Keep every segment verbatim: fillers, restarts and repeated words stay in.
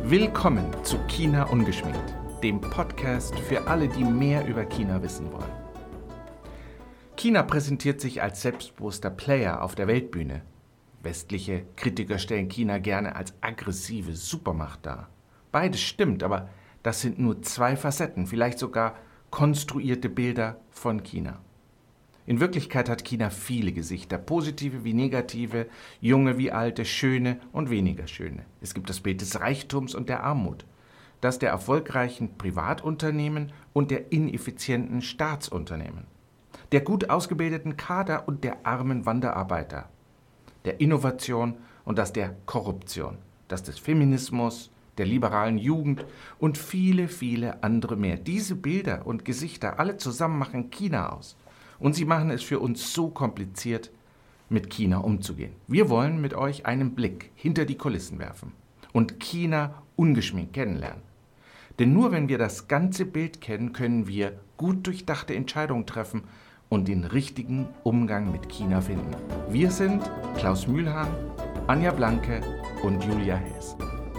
Willkommen zu China ungeschminkt, dem Podcast für alle, die mehr über China wissen wollen. China präsentiert sich als selbstbewusster Player auf der Weltbühne. Westliche Kritiker stellen China gerne als aggressive Supermacht dar. Beides stimmt, aber das sind nur zwei Facetten, vielleicht sogar konstruierte Bilder von China. In Wirklichkeit hat China viele Gesichter, positive wie negative, junge wie alte, schöne und weniger schöne. Es gibt das Bild des Reichtums und der Armut, das der erfolgreichen Privatunternehmen und der ineffizienten Staatsunternehmen, der gut ausgebildeten Kader und der armen Wanderarbeiter, der Innovation und das der Korruption, das des Feminismus, der liberalen Jugend und viele, viele andere mehr. Diese Bilder und Gesichter, alle zusammen machen China aus. Und sie machen es für uns so kompliziert, mit China umzugehen. Wir wollen mit euch einen Blick hinter die Kulissen werfen und China ungeschminkt kennenlernen. Denn nur wenn wir das ganze Bild kennen, können wir gut durchdachte Entscheidungen treffen und den richtigen Umgang mit China finden. Wir sind Klaus Mühlhahn, Anja Blanke und Julia Hess.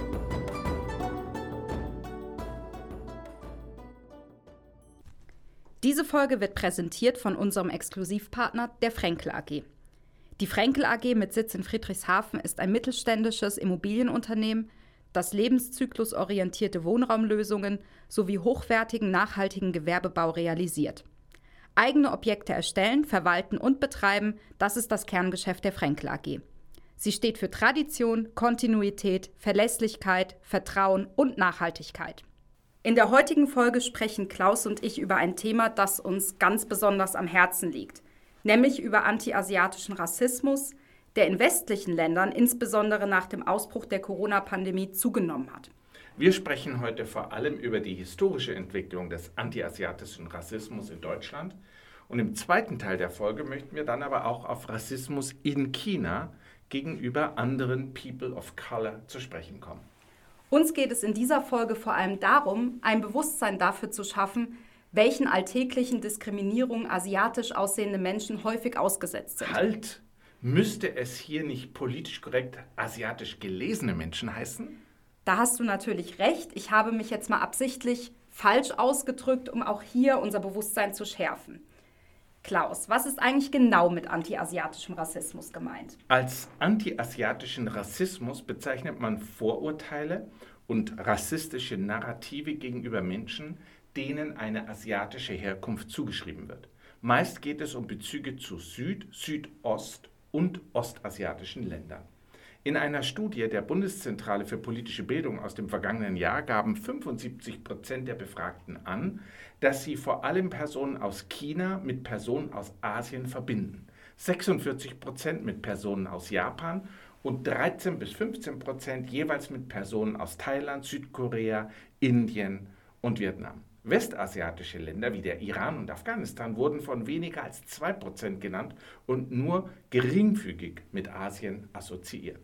Diese Folge wird präsentiert von unserem Exklusivpartner, der Frenkel A G. Die Frenkel A G mit Sitz in Friedrichshafen ist ein mittelständisches Immobilienunternehmen, das lebenszyklusorientierte Wohnraumlösungen sowie hochwertigen, nachhaltigen Gewerbebau realisiert. Eigene Objekte erstellen, verwalten und betreiben, das ist das Kerngeschäft der Frenkel A G. Sie steht für Tradition, Kontinuität, Verlässlichkeit, Vertrauen und Nachhaltigkeit. In der heutigen Folge sprechen Klaus und ich über ein Thema, das uns ganz besonders am Herzen liegt, nämlich über anti-asiatischen Rassismus, der in westlichen Ländern, insbesondere nach dem Ausbruch der Corona-Pandemie, zugenommen hat. Wir sprechen heute vor allem über die historische Entwicklung des anti-asiatischen Rassismus in Deutschland. Und im zweiten Teil der Folge möchten wir dann aber auch auf Rassismus in China gegenüber anderen People of Color zu sprechen kommen. Uns geht es in dieser Folge vor allem darum, ein Bewusstsein dafür zu schaffen, welchen alltäglichen Diskriminierungen asiatisch aussehende Menschen häufig ausgesetzt sind. Halt! Müsste es hier nicht politisch korrekt asiatisch gelesene Menschen heißen? Da hast du natürlich recht. Ich habe mich jetzt mal absichtlich falsch ausgedrückt, um auch hier unser Bewusstsein zu schärfen. Klaus, was ist eigentlich genau mit anti-asiatischem Rassismus gemeint? Als anti-asiatischen Rassismus bezeichnet man Vorurteile und rassistische Narrative gegenüber Menschen, denen eine asiatische Herkunft zugeschrieben wird. Meist geht es um Bezüge zu Süd-, Südost- und ostasiatischen Ländern. In einer Studie der Bundeszentrale für politische Bildung aus dem vergangenen Jahr gaben fünfundsiebzig Prozent der Befragten an, dass sie vor allem Personen aus China mit Personen aus Asien verbinden, sechsundvierzig Prozent mit Personen aus Japan und dreizehn bis fünfzehn Prozent jeweils mit Personen aus Thailand, Südkorea, Indien und Vietnam. Westasiatische Länder wie der Iran und Afghanistan wurden von weniger als zwei Prozent genannt und nur geringfügig mit Asien assoziiert.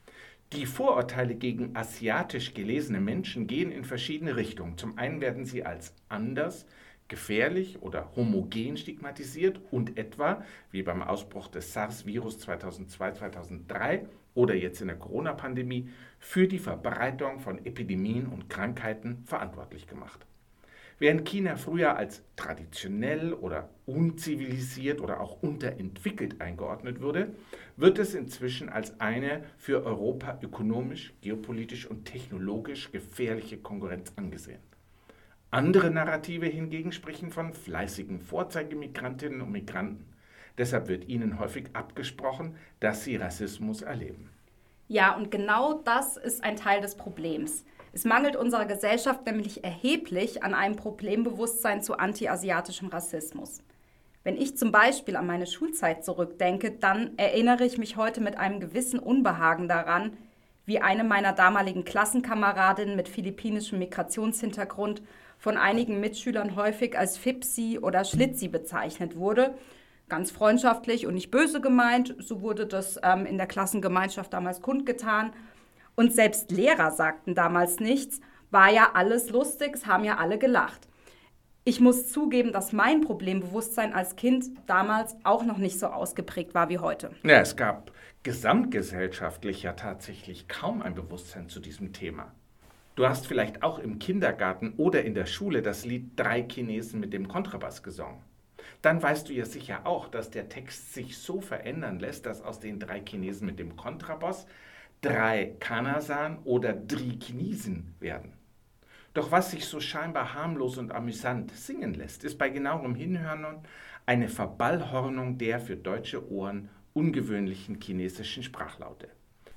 Die Vorurteile gegen asiatisch gelesene Menschen gehen in verschiedene Richtungen. Zum einen werden sie als anders, gefährlich oder homogen stigmatisiert und etwa, wie beim Ausbruch des SARS-Virus zweitausendzwei zweitausenddrei oder jetzt in der Corona-Pandemie, für die Verbreitung von Epidemien und Krankheiten verantwortlich gemacht. Während China früher als traditionell oder unzivilisiert oder auch unterentwickelt eingeordnet wurde, wird es inzwischen als eine für Europa ökonomisch, geopolitisch und technologisch gefährliche Konkurrenz angesehen. Andere Narrative hingegen sprechen von fleißigen Vorzeigemigrantinnen und Migranten. Deshalb wird ihnen häufig abgesprochen, dass sie Rassismus erleben. Ja, und genau das ist ein Teil des Problems. Es mangelt unserer Gesellschaft nämlich erheblich an einem Problembewusstsein zu anti-asiatischem Rassismus. Wenn ich zum Beispiel an meine Schulzeit zurückdenke, dann erinnere ich mich heute mit einem gewissen Unbehagen daran, wie eine meiner damaligen Klassenkameradinnen mit philippinischem Migrationshintergrund von einigen Mitschülern häufig als Fipsi oder Schlitzi bezeichnet wurde. Ganz freundschaftlich und nicht böse gemeint, so wurde das ähm, in der Klassengemeinschaft damals kundgetan. Und selbst Lehrer sagten damals nichts, war ja alles lustig, es haben ja alle gelacht. Ich muss zugeben, dass mein Problembewusstsein als Kind damals auch noch nicht so ausgeprägt war wie heute. Ja, es gab gesamtgesellschaftlich ja tatsächlich kaum ein Bewusstsein zu diesem Thema. Du hast vielleicht auch im Kindergarten oder in der Schule das Lied Drei Chinesen mit dem Kontrabass gesungen. Dann weißt du ja sicher auch, dass der Text sich so verändern lässt, dass aus den drei Chinesen mit dem Kontrabass drei Kanasan oder Dri Chinesen werden. Doch was sich so scheinbar harmlos und amüsant singen lässt, ist bei genauerem Hinhören eine Verballhornung der für deutsche Ohren ungewöhnlichen chinesischen Sprachlaute.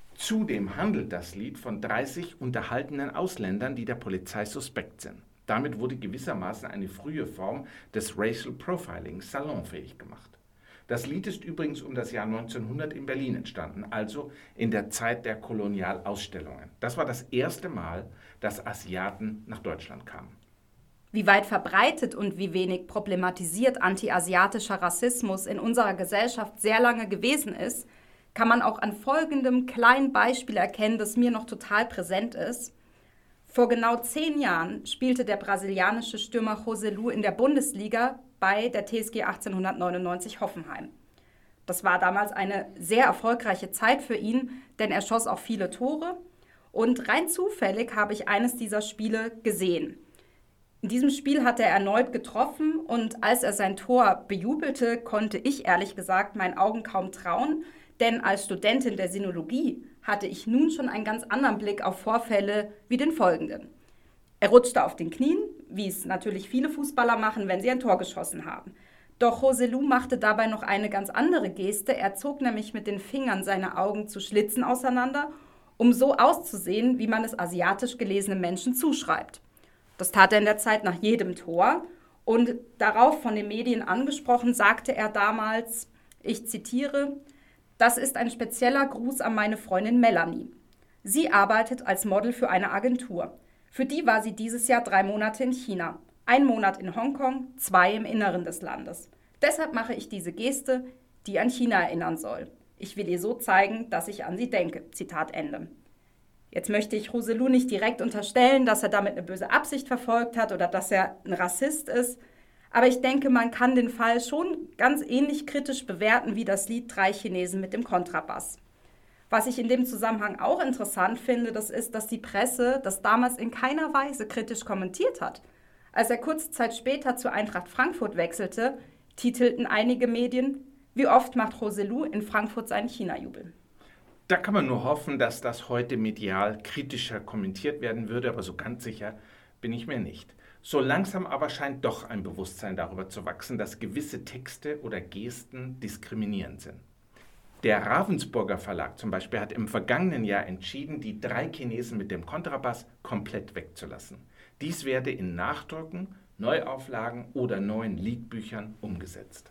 Zudem handelt das Lied von dreißig unterhaltenen Ausländern, die der Polizei suspekt sind. Damit wurde gewissermaßen eine frühe Form des Racial Profiling salonfähig gemacht. Das Lied ist übrigens um das Jahr neunzehnhundert in Berlin entstanden, also in der Zeit der Kolonialausstellungen. Das war das erste Mal, dass Asiaten nach Deutschland kamen. Wie weit verbreitet und wie wenig problematisiert anti-asiatischer Rassismus in unserer Gesellschaft sehr lange gewesen ist, kann man auch an folgendem kleinen Beispiel erkennen, das mir noch total präsent ist. Vor genau zehn Jahren spielte der brasilianische Stürmer Joselu in der Bundesliga bei der T S G achtzehnhundertneunundneunzig Hoffenheim. Das war damals eine sehr erfolgreiche Zeit für ihn, denn er schoss auch viele Tore. Und rein zufällig habe ich eines dieser Spiele gesehen. In diesem Spiel hat er erneut getroffen und als er sein Tor bejubelte, konnte ich ehrlich gesagt meinen Augen kaum trauen, denn als Studentin der Sinologie hatte ich nun schon einen ganz anderen Blick auf Vorfälle wie den folgenden. Er rutschte auf den Knien, wie es natürlich viele Fußballer machen, wenn sie ein Tor geschossen haben. Doch Joselu machte dabei noch eine ganz andere Geste. Er zog nämlich mit den Fingern seine Augen zu Schlitzen auseinander, um so auszusehen, wie man es asiatisch gelesenen Menschen zuschreibt. Das tat er in der Zeit nach jedem Tor und darauf von den Medien angesprochen, sagte er damals, ich zitiere, das ist ein spezieller Gruß an meine Freundin Melanie. Sie arbeitet als Model für eine Agentur. Für die war sie dieses Jahr drei Monate in China, ein Monat in Hongkong, zwei im Inneren des Landes. Deshalb mache ich diese Geste, die an China erinnern soll. Ich will ihr so zeigen, dass ich an sie denke. Zitat Ende. Jetzt möchte ich Joselu nicht direkt unterstellen, dass er damit eine böse Absicht verfolgt hat oder dass er ein Rassist ist. Aber ich denke, man kann den Fall schon ganz ähnlich kritisch bewerten wie das Lied Drei Chinesen mit dem Kontrabass. Was ich in dem Zusammenhang auch interessant finde, das ist, dass die Presse das damals in keiner Weise kritisch kommentiert hat. Als er kurze Zeit später zur Eintracht Frankfurt wechselte, titelten einige Medien, wie oft macht Joselu in Frankfurt seinen China-Jubel. Da kann man nur hoffen, dass das heute medial kritischer kommentiert werden würde, aber so ganz sicher bin ich mir nicht. So langsam aber scheint doch ein Bewusstsein darüber zu wachsen, dass gewisse Texte oder Gesten diskriminierend sind. Der Ravensburger Verlag zum Beispiel hat im vergangenen Jahr entschieden, die drei Chinesen mit dem Kontrabass komplett wegzulassen. Dies werde in Nachdrucken, Neuauflagen oder neuen Liedbüchern umgesetzt.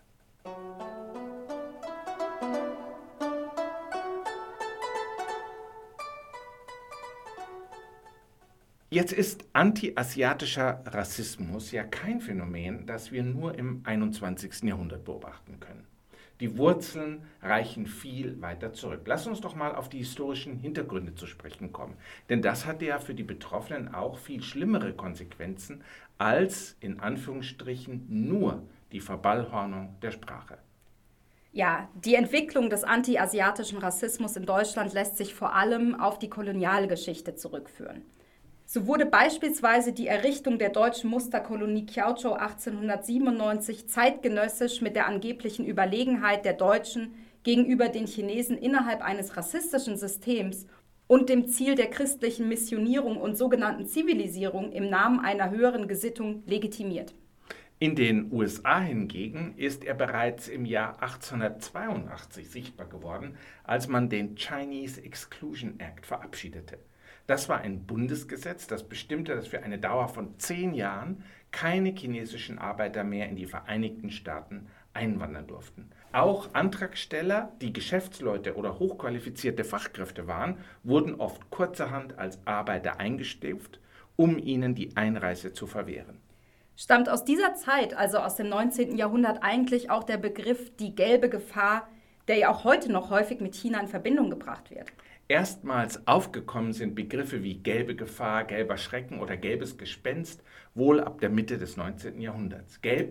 Jetzt ist anti-asiatischer Rassismus ja kein Phänomen, das wir nur im einundzwanzigsten Jahrhundert beobachten können. Die Wurzeln reichen viel weiter zurück. Lass uns doch mal auf die historischen Hintergründe zu sprechen kommen. Denn das hatte ja für die Betroffenen auch viel schlimmere Konsequenzen als, in Anführungsstrichen, nur die Verballhornung der Sprache. Ja, die Entwicklung des anti-asiatischen Rassismus in Deutschland lässt sich vor allem auf die Kolonialgeschichte zurückführen. So wurde beispielsweise die Errichtung der deutschen Musterkolonie Kiautschou achtzehnhundertsiebenundneunzig zeitgenössisch mit der angeblichen Überlegenheit der Deutschen gegenüber den Chinesen innerhalb eines rassistischen Systems und dem Ziel der christlichen Missionierung und sogenannten Zivilisierung im Namen einer höheren Gesittung legitimiert. In den U S A hingegen ist er bereits im Jahr achtzehnhundertzweiundachtzig sichtbar geworden, als man den Chinese Exclusion Act verabschiedete. Das war ein Bundesgesetz, das bestimmte, dass für eine Dauer von zehn Jahren keine chinesischen Arbeiter mehr in die Vereinigten Staaten einwandern durften. Auch Antragsteller, die Geschäftsleute oder hochqualifizierte Fachkräfte waren, wurden oft kurzerhand als Arbeiter eingestuft, um ihnen die Einreise zu verwehren. Stammt aus dieser Zeit, also aus dem neunzehnten Jahrhundert, eigentlich auch der Begriff die gelbe Gefahr, der ja auch heute noch häufig mit China in Verbindung gebracht wird? Erstmals aufgekommen sind Begriffe wie gelbe Gefahr, gelber Schrecken oder gelbes Gespenst wohl ab der Mitte des neunzehnten Jahrhunderts. Gelb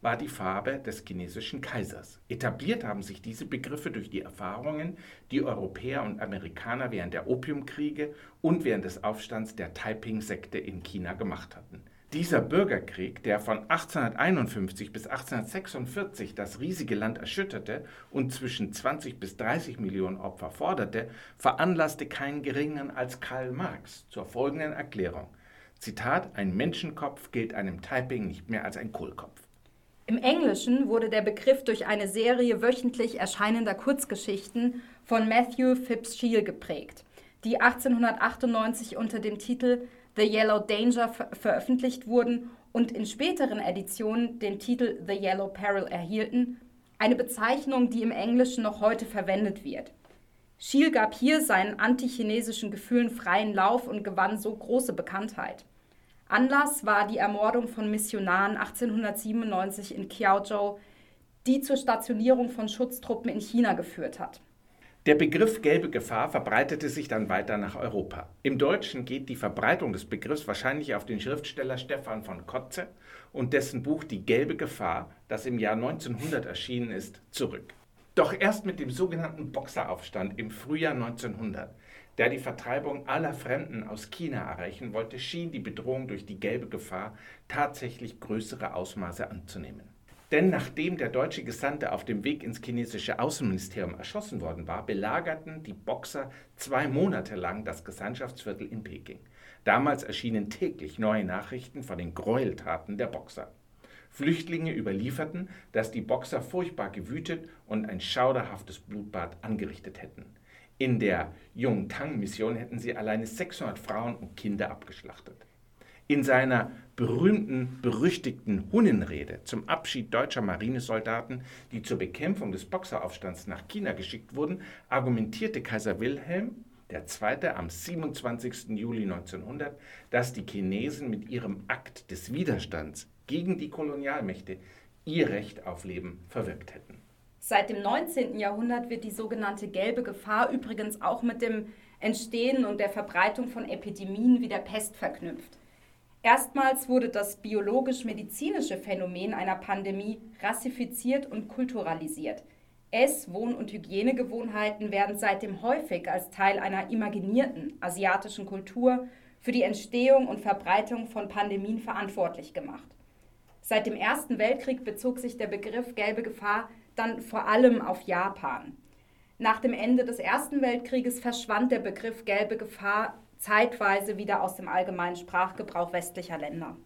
war die Farbe des chinesischen Kaisers. Etabliert haben sich diese Begriffe durch die Erfahrungen, die Europäer und Amerikaner während der Opiumkriege und während des Aufstands der Taiping-Sekte in China gemacht hatten. Dieser Bürgerkrieg, der von achtzehnhunderteinundfünfzig bis achtzehnhundertsechsundvierzig das riesige Land erschütterte und zwischen zwanzig bis dreißig Millionen Opfer forderte, veranlasste keinen geringeren als Karl Marx zur folgenden Erklärung. Zitat: Ein Menschenkopf gilt einem Taiping nicht mehr als ein Kohlkopf. Im Englischen wurde der Begriff durch eine Serie wöchentlich erscheinender Kurzgeschichten von Matthew Phipps Scheele geprägt, die achtzehnhundertachtundneunzig unter dem Titel The Yellow Danger ver- veröffentlicht wurden und in späteren Editionen den Titel The Yellow Peril erhielten, eine Bezeichnung, die im Englischen noch heute verwendet wird. Scheele gab hier seinen antichinesischen Gefühlen freien Lauf und gewann so große Bekanntheit. Anlass war die Ermordung von Missionaren achtzehnhundertsiebenundneunzig in Kiaozhou, die zur Stationierung von Schutztruppen in China geführt hat. Der Begriff gelbe Gefahr verbreitete sich dann weiter nach Europa. Im Deutschen geht die Verbreitung des Begriffs wahrscheinlich auf den Schriftsteller Stephan von Kotze und dessen Buch Die gelbe Gefahr, das im Jahr neunzehnhundert erschienen ist, zurück. Doch erst mit dem sogenannten Boxeraufstand im Frühjahr neunzehnhundert, der die Vertreibung aller Fremden aus China erreichen wollte, schien die Bedrohung durch die gelbe Gefahr tatsächlich größere Ausmaße anzunehmen. Denn nachdem der deutsche Gesandte auf dem Weg ins chinesische Außenministerium erschossen worden war, belagerten die Boxer zwei Monate lang das Gesandtschaftsviertel in Peking. Damals erschienen täglich neue Nachrichten von den Gräueltaten der Boxer. Flüchtlinge überlieferten, dass die Boxer furchtbar gewütet und ein schauderhaftes Blutbad angerichtet hätten. In der Yongtang-Mission hätten sie alleine sechshundert Frauen und Kinder abgeschlachtet. In seiner berühmten, berüchtigten Hunnenrede zum Abschied deutscher Marinesoldaten, die zur Bekämpfung des Boxeraufstands nach China geschickt wurden, argumentierte Kaiser Wilhelm der Zweite am siebenundzwanzigsten Juli neunzehnhundert, dass die Chinesen mit ihrem Akt des Widerstands gegen die Kolonialmächte ihr Recht auf Leben verwirkt hätten. Seit dem neunzehnten Jahrhundert wird die sogenannte gelbe Gefahr übrigens auch mit dem Entstehen und der Verbreitung von Epidemien wie der Pest verknüpft. Erstmals wurde das biologisch-medizinische Phänomen einer Pandemie rassifiziert und kulturalisiert. Ess-, Wohn- und Hygienegewohnheiten werden seitdem häufig als Teil einer imaginierten asiatischen Kultur für die Entstehung und Verbreitung von Pandemien verantwortlich gemacht. Seit dem Ersten Weltkrieg bezog sich der Begriff gelbe Gefahr dann vor allem auf Japan. Nach dem Ende des Ersten Weltkrieges verschwand der Begriff gelbe Gefahr zeitweise wieder aus dem allgemeinen Sprachgebrauch westlicher Länder.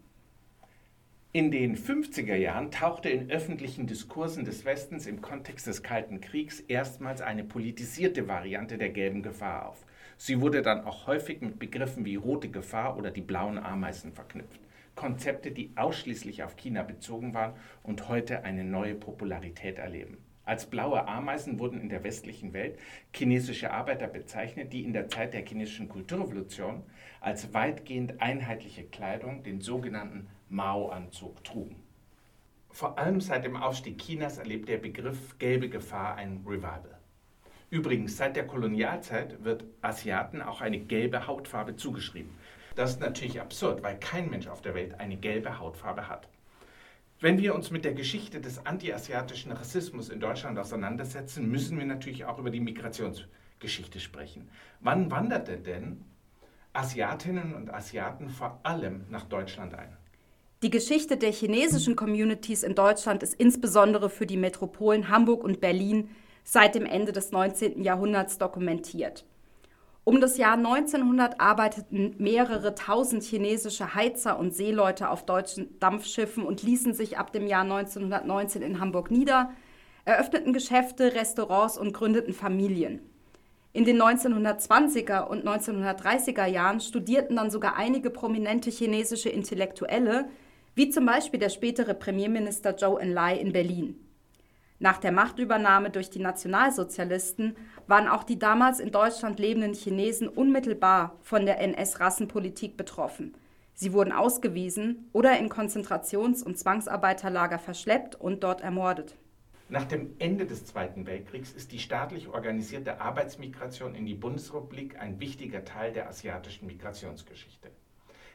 In den fünfziger Jahren tauchte in öffentlichen Diskursen des Westens im Kontext des Kalten Kriegs erstmals eine politisierte Variante der gelben Gefahr auf. Sie wurde dann auch häufig mit Begriffen wie rote Gefahr oder die blauen Ameisen verknüpft. Konzepte, die ausschließlich auf China bezogen waren und heute eine neue Popularität erleben. Als blaue Ameisen wurden in der westlichen Welt chinesische Arbeiter bezeichnet, die in der Zeit der chinesischen Kulturrevolution als weitgehend einheitliche Kleidung den sogenannten Mao-Anzug trugen. Vor allem seit dem Aufstieg Chinas erlebt der Begriff gelbe Gefahr ein Revival. Übrigens, seit der Kolonialzeit wird Asiaten auch eine gelbe Hautfarbe zugeschrieben. Das ist natürlich absurd, weil kein Mensch auf der Welt eine gelbe Hautfarbe hat. Wenn wir uns mit der Geschichte des antiasiatischen Rassismus in Deutschland auseinandersetzen, müssen wir natürlich auch über die Migrationsgeschichte sprechen. Wann wanderte denn Asiatinnen und Asiaten vor allem nach Deutschland ein? Die Geschichte der chinesischen Communities in Deutschland ist insbesondere für die Metropolen Hamburg und Berlin seit dem Ende des neunzehnten Jahrhunderts dokumentiert. Um das Jahr neunzehnhundert arbeiteten mehrere tausend chinesische Heizer und Seeleute auf deutschen Dampfschiffen und ließen sich ab dem Jahr neunzehnhundertneunzehn in Hamburg nieder, eröffneten Geschäfte, Restaurants und gründeten Familien. In den neunzehnhundertzwanziger und neunzehnhundertdreißiger Jahren studierten dann sogar einige prominente chinesische Intellektuelle, wie zum Beispiel der spätere Premierminister Zhou Enlai in Berlin. Nach der Machtübernahme durch die Nationalsozialisten waren auch die damals in Deutschland lebenden Chinesen unmittelbar von der N S-Rassenpolitik betroffen. Sie wurden ausgewiesen oder in Konzentrations- und Zwangsarbeiterlager verschleppt und dort ermordet. Nach dem Ende des Zweiten Weltkriegs ist die staatlich organisierte Arbeitsmigration in die Bundesrepublik ein wichtiger Teil der asiatischen Migrationsgeschichte.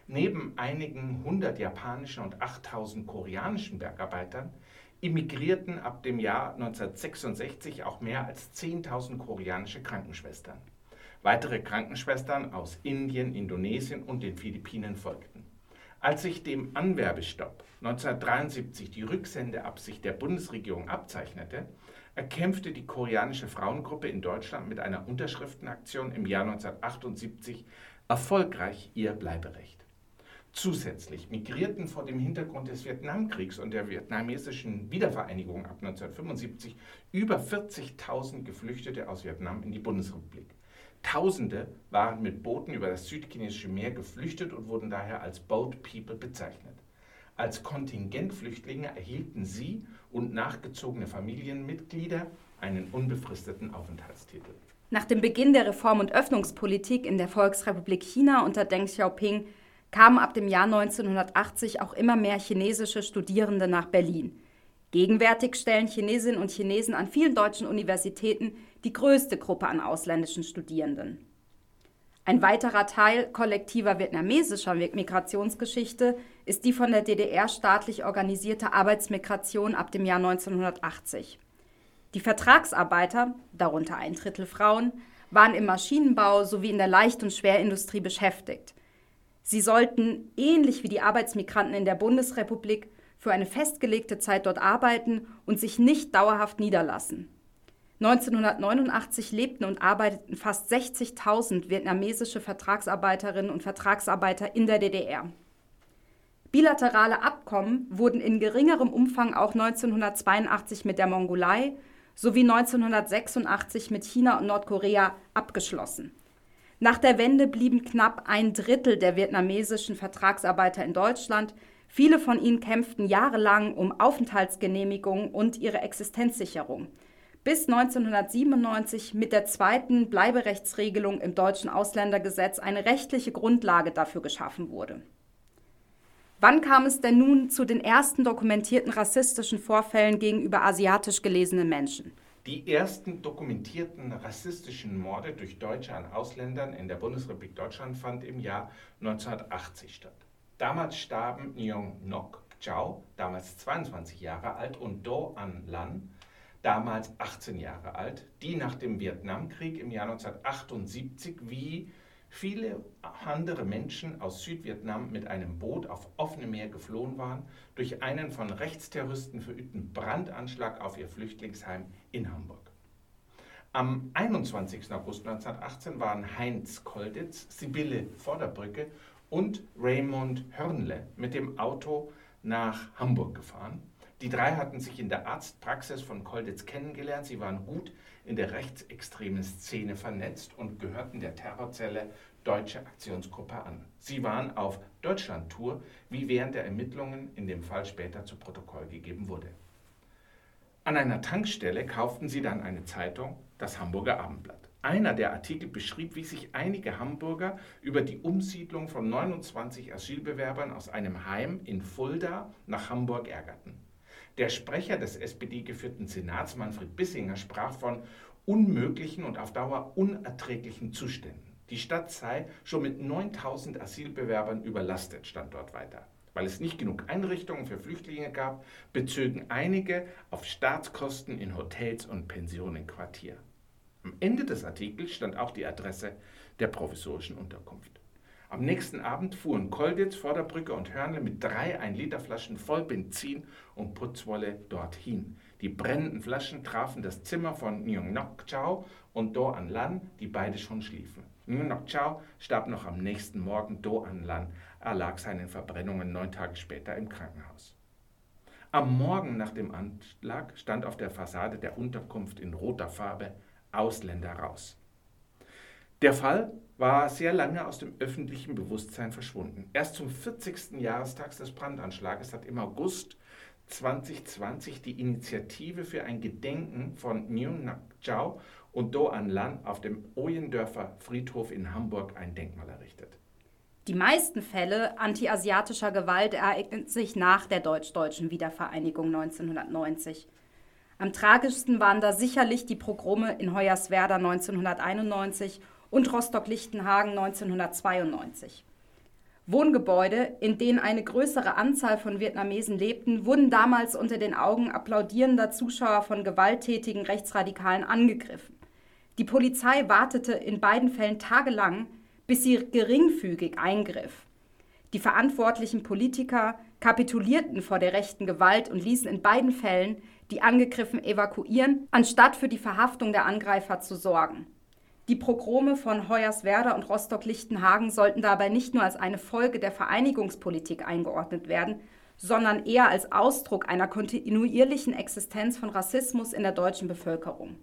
Neben einigen hundert japanischen und achttausend koreanischen Bergarbeitern emigrierten ab dem Jahr neunzehnhundertsechsundsechzig auch mehr als zehntausend koreanische Krankenschwestern. Weitere Krankenschwestern aus Indien, Indonesien und den Philippinen folgten. Als sich dem Anwerbestopp neunzehnhundertdreiundsiebzig die Rücksendeabsicht der Bundesregierung abzeichnete, erkämpfte die koreanische Frauengruppe in Deutschland mit einer Unterschriftenaktion im Jahr neunzehnhundertachtundsiebzig erfolgreich ihr Bleiberecht. Zusätzlich migrierten vor dem Hintergrund des Vietnamkriegs und der vietnamesischen Wiedervereinigung ab neunzehnhundertfünfundsiebzig über vierzigtausend Geflüchtete aus Vietnam in die Bundesrepublik. Tausende waren mit Booten über das südchinesische Meer geflüchtet und wurden daher als Boat People bezeichnet. Als Kontingentflüchtlinge erhielten sie und nachgezogene Familienmitglieder einen unbefristeten Aufenthaltstitel. Nach dem Beginn der Reform- und Öffnungspolitik in der Volksrepublik China unter Deng Xiaoping kamen ab dem Jahr neunzehnhundertachtzig auch immer mehr chinesische Studierende nach Berlin. Gegenwärtig stellen Chinesinnen und Chinesen an vielen deutschen Universitäten die größte Gruppe an ausländischen Studierenden. Ein weiterer Teil kollektiver vietnamesischer Migrationsgeschichte ist die von der D D R staatlich organisierte Arbeitsmigration ab dem Jahr neunzehnhundertachtzig. Die Vertragsarbeiter, darunter ein Drittel Frauen, waren im Maschinenbau sowie in der Leicht- und Schwerindustrie beschäftigt. Sie sollten, ähnlich wie die Arbeitsmigranten in der Bundesrepublik, für eine festgelegte Zeit dort arbeiten und sich nicht dauerhaft niederlassen. neunzehnhundertneunundachtzig lebten und arbeiteten fast sechzigtausend vietnamesische Vertragsarbeiterinnen und Vertragsarbeiter in der D D R. Bilaterale Abkommen wurden in geringerem Umfang auch neunzehnhundertzweiundachtzig mit der Mongolei sowie neunzehnhundertsechsundachtzig mit China und Nordkorea abgeschlossen. Nach der Wende blieben knapp ein Drittel der vietnamesischen Vertragsarbeiter in Deutschland. Viele von ihnen kämpften jahrelang um Aufenthaltsgenehmigungen und ihre Existenzsicherung, bis neunzehnhundertsiebenundneunzig mit der zweiten Bleiberechtsregelung im deutschen Ausländergesetz eine rechtliche Grundlage dafür geschaffen wurde. Wann kam es denn nun zu den ersten dokumentierten rassistischen Vorfällen gegenüber asiatisch gelesenen Menschen? Die ersten dokumentierten rassistischen Morde durch Deutsche an Ausländern in der Bundesrepublik Deutschland fand im Jahr neunzehnhundertachtzig statt. Damals starben Nguyen Ngoc Chau, damals zweiundzwanzig Jahre alt, und Do An Lan, damals achtzehn Jahre alt, die nach dem Vietnamkrieg im Jahr neunzehnhundertachtundsiebzig wie viele andere Menschen aus Südvietnam mit einem Boot auf offenem Meer geflohen waren, durch einen von Rechtsterroristen verübten Brandanschlag auf ihr Flüchtlingsheim in Hamburg. Am einundzwanzigsten August neunzehnhundertachtzehn waren Heinz Kolditz, Sibylle Vorderbrücke und Raymond Hörnle mit dem Auto nach Hamburg gefahren. Die drei hatten sich in der Arztpraxis von Kolditz kennengelernt. Sie waren gut in der rechtsextremen Szene vernetzt und gehörten der Terrorzelle Deutsche Aktionsgruppe an. Sie waren auf Deutschlandtour, wie während der Ermittlungen in dem Fall später zu Protokoll gegeben wurde. An einer Tankstelle kauften sie dann eine Zeitung, das Hamburger Abendblatt. Einer der Artikel beschrieb, wie sich einige Hamburger über die Umsiedlung von neunundzwanzig Asylbewerbern aus einem Heim in Fulda nach Hamburg ärgerten. Der Sprecher des S P D-geführten Senats, Manfred Bissinger, sprach von unmöglichen und auf Dauer unerträglichen Zuständen. Die Stadt sei schon mit neuntausend Asylbewerbern überlastet, stand dort weiter. Weil es nicht genug Einrichtungen für Flüchtlinge gab, bezögen einige auf Staatskosten in Hotels und Pensionen Quartier. Am Ende des Artikels stand auch die Adresse der provisorischen Unterkunft. Am nächsten Abend fuhren Kolditz, Vorderbrücke und Hörnle mit drei ein-Liter-Flaschen voll Benzin und Putzwolle dorthin. Die brennenden Flaschen trafen das Zimmer von Nguyen Ngoc Chau und Do An Lan, die beide schon schliefen. Nguyen Ngoc Chau starb noch am nächsten Morgen, Do An Lan erlag seinen Verbrennungen neun Tage später im Krankenhaus. Am Morgen nach dem Anschlag stand auf der Fassade der Unterkunft in roter Farbe Ausländer raus. Der Fall war sehr lange aus dem öffentlichen Bewusstsein verschwunden. Erst zum vierzigsten Jahrestag des Brandanschlages hat im August zweitausendzwanzig die Initiative für ein Gedenken von Nguyen Ngoc Chau und Do An Lan auf dem Oyendörfer Friedhof in Hamburg ein Denkmal errichtet. Die meisten Fälle antiasiatischer Gewalt ereigneten sich nach der deutsch-deutschen Wiedervereinigung neunzehnhundertneunzig. Am tragischsten waren da sicherlich die Pogrome in Hoyerswerda neunzehnhunderteinundneunzig und Rostock-Lichtenhagen neunzehnhundertzweiundneunzig. Wohngebäude, in denen eine größere Anzahl von Vietnamesen lebten, wurden damals unter den Augen applaudierender Zuschauer von gewalttätigen Rechtsradikalen angegriffen. Die Polizei wartete in beiden Fällen tagelang, bis sie geringfügig eingriff. Die verantwortlichen Politiker kapitulierten vor der rechten Gewalt und ließen in beiden Fällen die Angegriffenen evakuieren, anstatt für die Verhaftung der Angreifer zu sorgen. Die Pogrome von Hoyerswerda und Rostock-Lichtenhagen sollten dabei nicht nur als eine Folge der Vereinigungspolitik eingeordnet werden, sondern eher als Ausdruck einer kontinuierlichen Existenz von Rassismus in der deutschen Bevölkerung.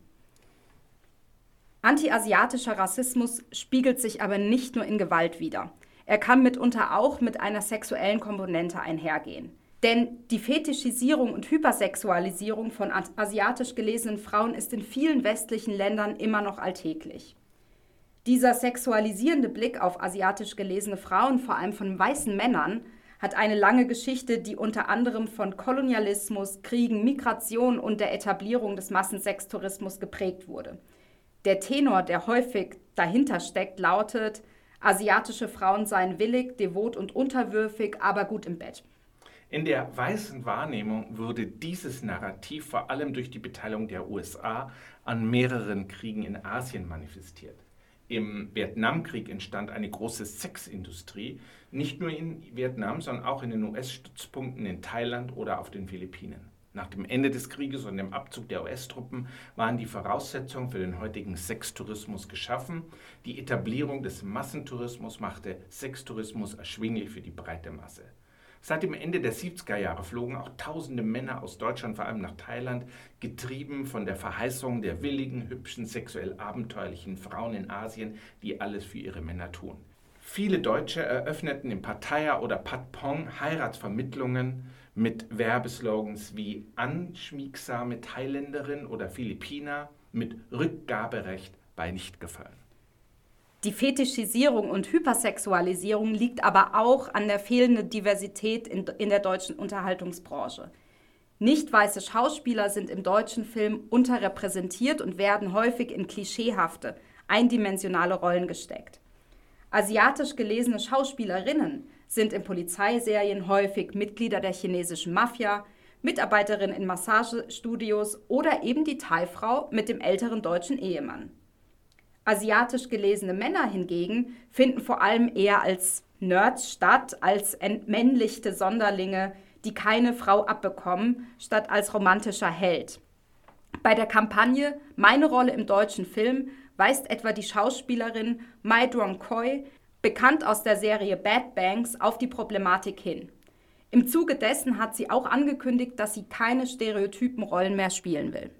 Anti-asiatischer Rassismus spiegelt sich aber nicht nur in Gewalt wider. Er kann mitunter auch mit einer sexuellen Komponente einhergehen. Denn die Fetischisierung und Hypersexualisierung von asiatisch gelesenen Frauen ist in vielen westlichen Ländern immer noch alltäglich. Dieser sexualisierende Blick auf asiatisch gelesene Frauen, vor allem von weißen Männern, hat eine lange Geschichte, die unter anderem von Kolonialismus, Kriegen, Migration und der Etablierung des Massensextourismus geprägt wurde. Der Tenor, der häufig dahinter steckt, lautet: Asiatische Frauen seien willig, devot und unterwürfig, aber gut im Bett. In der weißen Wahrnehmung wurde dieses Narrativ vor allem durch die Beteiligung der U S A an mehreren Kriegen in Asien manifestiert. Im Vietnamkrieg entstand eine große Sexindustrie, nicht nur in Vietnam, sondern auch in den U S-Stützpunkten in Thailand oder auf den Philippinen. Nach dem Ende des Krieges und dem Abzug der U S-Truppen waren die Voraussetzungen für den heutigen Sextourismus geschaffen. Die Etablierung des Massentourismus machte Sextourismus erschwinglich für die breite Masse. Seit dem Ende der siebziger Jahre flogen auch tausende Männer aus Deutschland, vor allem nach Thailand, getrieben von der Verheißung der willigen, hübschen, sexuell abenteuerlichen Frauen in Asien, die alles für ihre Männer tun. Viele Deutsche eröffneten in Pattaya oder Patpong Heiratsvermittlungen mit Werbeslogans wie anschmiegsame Thailänderin oder Philippiner mit Rückgaberecht bei Nichtgefallen. Die Fetischisierung und Hypersexualisierung liegt aber auch an der fehlenden Diversität in, in der deutschen Unterhaltungsbranche. Nicht weiße Schauspieler sind im deutschen Film unterrepräsentiert und werden häufig in klischeehafte, eindimensionale Rollen gesteckt. Asiatisch gelesene Schauspielerinnen sind in Polizeiserien häufig Mitglieder der chinesischen Mafia, Mitarbeiterinnen in Massagestudios oder eben die Thai-Frau mit dem älteren deutschen Ehemann. Asiatisch gelesene Männer hingegen finden vor allem eher als Nerds statt, als entmännlichte Sonderlinge, die keine Frau abbekommen, statt als romantischer Held. Bei der Kampagne Meine Rolle im deutschen Film weist etwa die Schauspielerin Mai Dong Khoi, bekannt aus der Serie Bad Banks, auf die Problematik hin. Im Zuge dessen hat sie auch angekündigt, dass sie keine stereotypen Rollen mehr spielen will.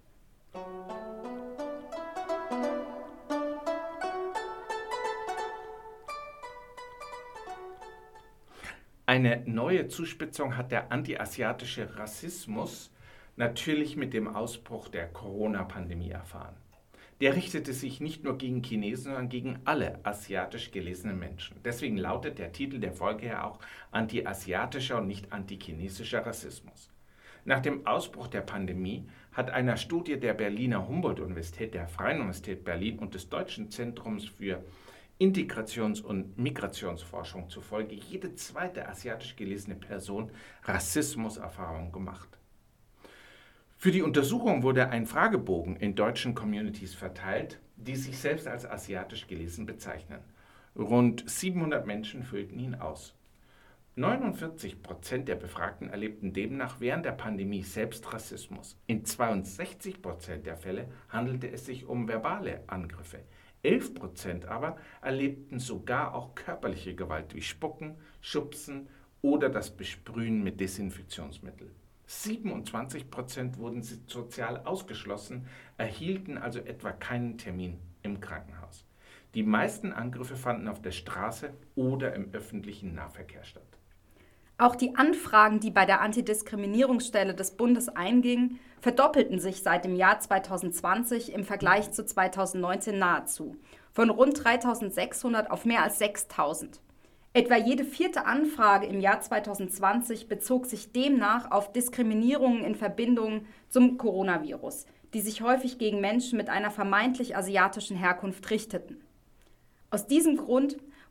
Eine neue Zuspitzung hat der antiasiatische Rassismus natürlich mit dem Ausbruch der Corona-Pandemie erfahren. Der richtete sich nicht nur gegen Chinesen, sondern gegen alle asiatisch gelesenen Menschen. Deswegen lautet der Titel der Folge ja auch antiasiatischer und nicht antichinesischer Rassismus. Nach dem Ausbruch der Pandemie hat einer Studie der Berliner Humboldt-Universität, der Freien Universität Berlin und des Deutschen Zentrums für Integrations- und Migrationsforschung zufolge jede zweite asiatisch gelesene Person Rassismuserfahrung gemacht. Für die Untersuchung wurde ein Fragebogen in deutschen Communities verteilt, die sich selbst als asiatisch gelesen bezeichnen. Rund siebenhundert Menschen füllten ihn aus. neunundvierzig Prozent der Befragten erlebten demnach während der Pandemie selbst Rassismus. In zweiundsechzig Prozent der Fälle handelte es sich um verbale Angriffe. elf Prozent aber erlebten sogar auch körperliche Gewalt wie Spucken, Schubsen oder das Besprühen mit Desinfektionsmittel. siebenundzwanzig Prozent wurden sozial ausgeschlossen, erhielten also etwa keinen Termin im Krankenhaus. Die meisten Angriffe fanden auf der Straße oder im öffentlichen Nahverkehr statt. Auch die Anfragen, die bei der Antidiskriminierungsstelle des Bundes eingingen, verdoppelten sich seit dem Jahr zweitausendzwanzig im Vergleich zu zweitausendneunzehn nahezu, von rund dreitausendsechshundert auf mehr als sechstausend. Etwa jede vierte Anfrage im Jahr zweitausendzwanzig bezog sich demnach auf Diskriminierungen in Verbindung zum Coronavirus, die sich häufig gegen Menschen mit einer vermeintlich asiatischen Herkunft richteten. Aus diesem Grund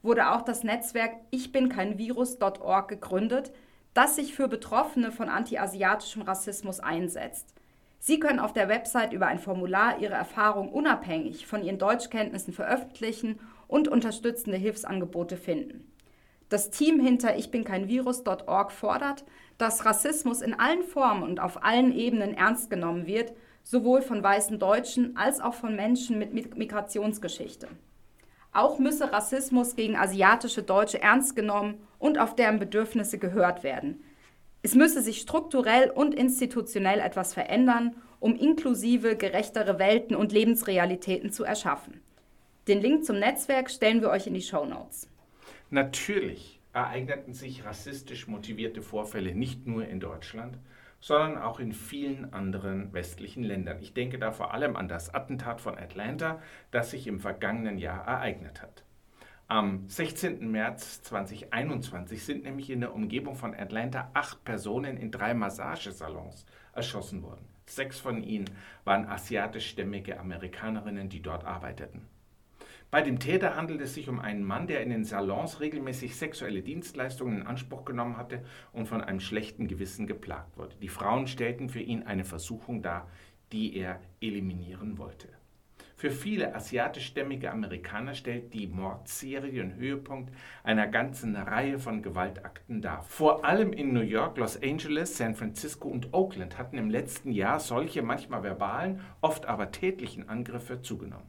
wurde auch das Netzwerk ich bin kein Virus Punkt org gegründet, das sich für Betroffene von antiasiatischem Rassismus einsetzt. Sie können auf der Website über ein Formular Ihre Erfahrungen unabhängig von Ihren Deutschkenntnissen veröffentlichen und unterstützende Hilfsangebote finden. Das Team hinter ich bin kein Virus Punkt org fordert, dass Rassismus in allen Formen und auf allen Ebenen ernst genommen wird, sowohl von weißen Deutschen als auch von Menschen mit Migrationsgeschichte. Auch müsse Rassismus gegen asiatische Deutsche ernst genommen und auf deren Bedürfnisse gehört werden. Es müsse sich strukturell und institutionell etwas verändern, um inklusive, gerechtere Welten und Lebensrealitäten zu erschaffen. Den Link zum Netzwerk stellen wir euch in die Shownotes. Natürlich ereigneten sich rassistisch motivierte Vorfälle nicht nur in Deutschland, sondern auch in vielen anderen westlichen Ländern. Ich denke da vor allem an das Attentat von Atlanta, das sich im vergangenen Jahr ereignet hat. Am sechzehnten März zweitausendeinundzwanzig sind nämlich in der Umgebung von Atlanta acht Personen in drei Massagesalons erschossen worden. Sechs von ihnen waren asiatischstämmige Amerikanerinnen, die dort arbeiteten. Bei dem Täter handelt es sich um einen Mann, der in den Salons regelmäßig sexuelle Dienstleistungen in Anspruch genommen hatte und von einem schlechten Gewissen geplagt wurde. Die Frauen stellten für ihn eine Versuchung dar, die er eliminieren wollte. Für viele asiatischstämmige Amerikaner stellt die Mordserie den Höhepunkt einer ganzen Reihe von Gewaltakten dar. Vor allem in New York, Los Angeles, San Francisco und Oakland hatten im letzten Jahr solche manchmal verbalen, oft aber tätlichen Angriffe zugenommen.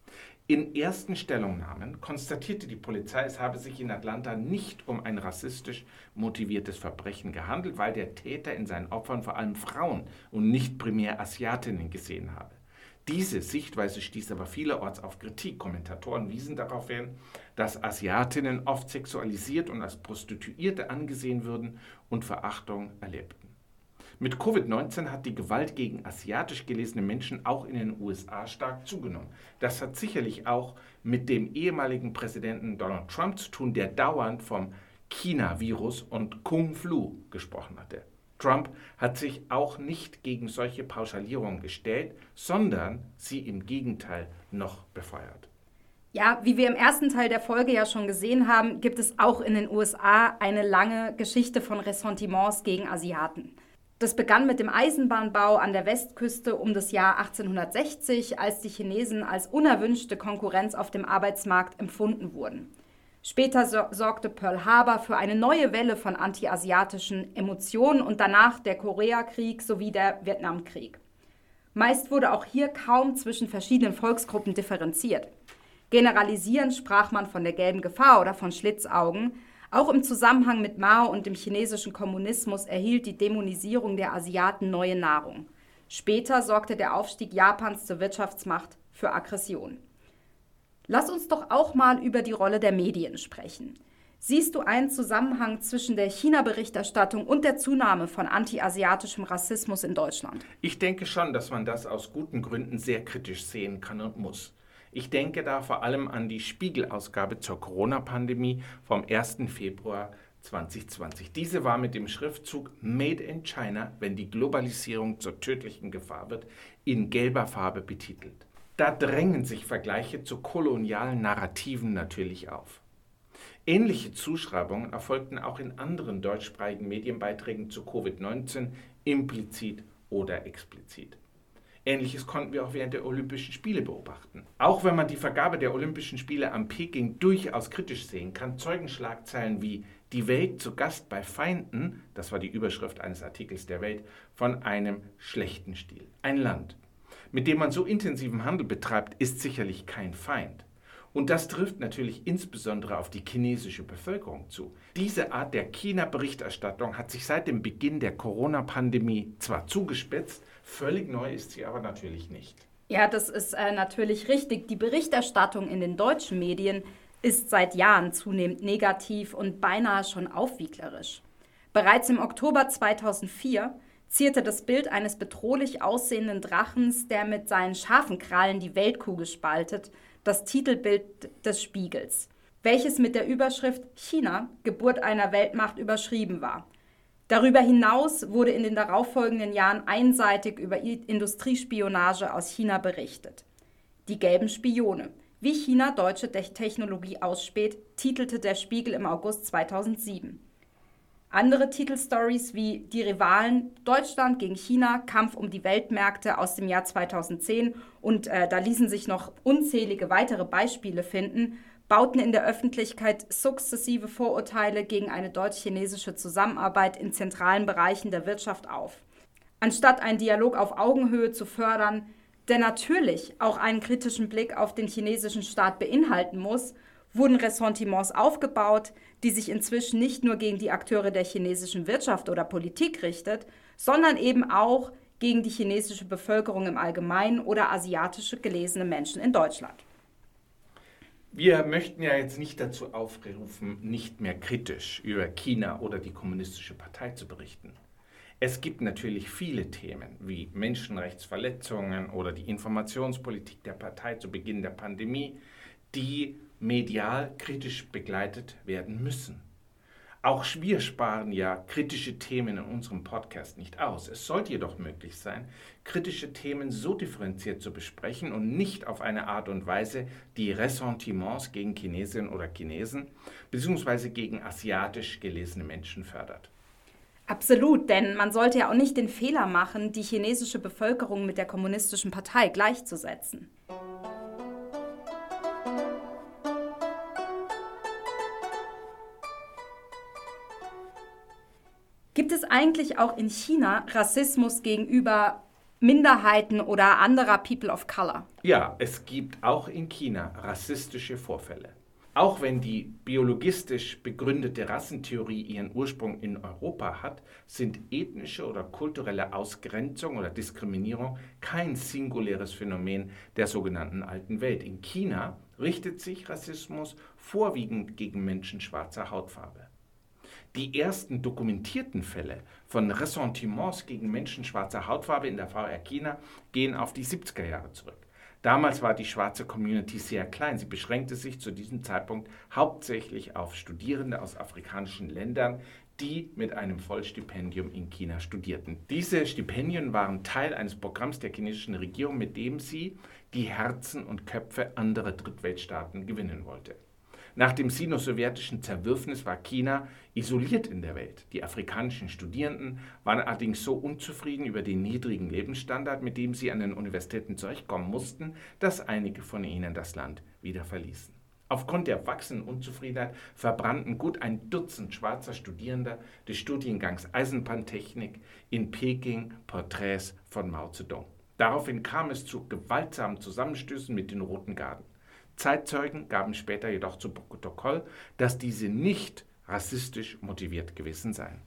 In ersten Stellungnahmen konstatierte die Polizei, es habe sich in Atlanta nicht um ein rassistisch motiviertes Verbrechen gehandelt, weil der Täter in seinen Opfern vor allem Frauen und nicht primär Asiatinnen gesehen habe. Diese Sichtweise stieß aber vielerorts auf Kritik. Kommentatoren wiesen darauf hin, dass Asiatinnen oft sexualisiert und als Prostituierte angesehen würden und Verachtung erlebten. Mit Covid neunzehn hat die Gewalt gegen asiatisch gelesene Menschen auch in den U S A stark zugenommen. Das hat sicherlich auch mit dem ehemaligen Präsidenten Donald Trump zu tun, der dauernd vom China-Virus und Kung-Flu gesprochen hatte. Trump hat sich auch nicht gegen solche Pauschalierungen gestellt, sondern sie im Gegenteil noch befeuert. Ja, wie wir im ersten Teil der Folge ja schon gesehen haben, gibt es auch in den U S A eine lange Geschichte von Ressentiments gegen Asiaten. Das begann mit dem Eisenbahnbau an der Westküste um das Jahr achtzehnhundertsechzig, als die Chinesen als unerwünschte Konkurrenz auf dem Arbeitsmarkt empfunden wurden. Später so- sorgte Pearl Harbor für eine neue Welle von anti-asiatischen Emotionen und danach der Koreakrieg sowie der Vietnamkrieg. Meist wurde auch hier kaum zwischen verschiedenen Volksgruppen differenziert. Generalisierend sprach man von der gelben Gefahr oder von Schlitzaugen. Auch im Zusammenhang mit Mao und dem chinesischen Kommunismus erhielt die Dämonisierung der Asiaten neue Nahrung. Später sorgte der Aufstieg Japans zur Wirtschaftsmacht für Aggression. Lass uns doch auch mal über die Rolle der Medien sprechen. Siehst du einen Zusammenhang zwischen der China-Berichterstattung und der Zunahme von anti-asiatischem Rassismus in Deutschland? Ich denke schon, dass man das aus guten Gründen sehr kritisch sehen kann und muss. Ich denke da vor allem an die Spiegel-Ausgabe zur Corona-Pandemie vom ersten Februar zweitausendzwanzig. Diese war mit dem Schriftzug Made in China, wenn die Globalisierung zur tödlichen Gefahr wird, in gelber Farbe betitelt. Da drängen sich Vergleiche zu kolonialen Narrativen natürlich auf. Ähnliche Zuschreibungen erfolgten auch in anderen deutschsprachigen Medienbeiträgen zu Covid neunzehn, implizit oder explizit. Ähnliches konnten wir auch während der Olympischen Spiele beobachten. Auch wenn man die Vergabe der Olympischen Spiele am Peking durchaus kritisch sehen kann, zeugen Schlagzeilen wie „Die Welt zu Gast bei Feinden", das war die Überschrift eines Artikels der Welt, von einem schlechten Stil. Ein Land, mit dem man so intensiven Handel betreibt, ist sicherlich kein Feind. Und das trifft natürlich insbesondere auf die chinesische Bevölkerung zu. Diese Art der China-Berichterstattung hat sich seit dem Beginn der Corona-Pandemie zwar zugespitzt, völlig neu ist sie aber natürlich nicht. Ja, das ist äh, natürlich richtig. Die Berichterstattung in den deutschen Medien ist seit Jahren zunehmend negativ und beinahe schon aufwieglerisch. Bereits im Oktober zweitausendvier zierte das Bild eines bedrohlich aussehenden Drachens, der mit seinen scharfen Krallen die Weltkugel spaltet, das Titelbild des Spiegels, welches mit der Überschrift China, Geburt einer Weltmacht überschrieben war. Darüber hinaus wurde in den darauffolgenden Jahren einseitig über Industriespionage aus China berichtet. Die gelben Spione, wie China deutsche Technologie ausspäht, titelte der Spiegel im August zweitausendsieben. Andere Titelstories wie Die Rivalen, Deutschland gegen China, Kampf um die Weltmärkte aus dem Jahr zweitausendzehn und äh, da ließen sich noch unzählige weitere Beispiele finden, bauten in der Öffentlichkeit sukzessive Vorurteile gegen eine deutsch-chinesische Zusammenarbeit in zentralen Bereichen der Wirtschaft auf. Anstatt einen Dialog auf Augenhöhe zu fördern, der natürlich auch einen kritischen Blick auf den chinesischen Staat beinhalten muss, wurden Ressentiments aufgebaut, die sich inzwischen nicht nur gegen die Akteure der chinesischen Wirtschaft oder Politik richtet, sondern eben auch gegen die chinesische Bevölkerung im Allgemeinen oder asiatische gelesene Menschen in Deutschland. Wir möchten ja jetzt nicht dazu aufrufen, nicht mehr kritisch über China oder die Kommunistische Partei zu berichten. Es gibt natürlich viele Themen wie Menschenrechtsverletzungen oder die Informationspolitik der Partei zu Beginn der Pandemie, die medial kritisch begleitet werden müssen. Auch wir sparen ja kritische Themen in unserem Podcast nicht aus. Es sollte jedoch möglich sein, kritische Themen so differenziert zu besprechen und nicht auf eine Art und Weise, die Ressentiments gegen Chinesinnen oder Chinesen bzw. gegen asiatisch gelesene Menschen fördert. Absolut, denn man sollte ja auch nicht den Fehler machen, die chinesische Bevölkerung mit der kommunistischen Partei gleichzusetzen. Gibt es eigentlich auch in China Rassismus gegenüber Minderheiten oder anderer People of Color? Ja, es gibt auch in China rassistische Vorfälle. Auch wenn die biologistisch begründete Rassentheorie ihren Ursprung in Europa hat, sind ethnische oder kulturelle Ausgrenzung oder Diskriminierung kein singuläres Phänomen der sogenannten Alten Welt. In China richtet sich Rassismus vorwiegend gegen Menschen schwarzer Hautfarbe. Die ersten dokumentierten Fälle von Ressentiments gegen Menschen schwarzer Hautfarbe in der V R China gehen auf die siebziger Jahre zurück. Damals war die schwarze Community sehr klein. Sie beschränkte sich zu diesem Zeitpunkt hauptsächlich auf Studierende aus afrikanischen Ländern, die mit einem Vollstipendium in China studierten. Diese Stipendien waren Teil eines Programms der chinesischen Regierung, mit dem sie die Herzen und Köpfe anderer Drittweltstaaten gewinnen wollte. Nach dem sino-sowjetischen Zerwürfnis war China isoliert in der Welt. Die afrikanischen Studierenden waren allerdings so unzufrieden über den niedrigen Lebensstandard, mit dem sie an den Universitäten zurechtkommen mussten, dass einige von ihnen das Land wieder verließen. Aufgrund der wachsenden Unzufriedenheit verbrannten gut ein Dutzend schwarzer Studierender des Studiengangs Eisenbahntechnik in Peking Porträts von Mao Zedong. Daraufhin kam es zu gewaltsamen Zusammenstößen mit den Roten Garden. Zeitzeugen gaben später jedoch zu Protokoll, dass diese nicht rassistisch motiviert gewesen seien.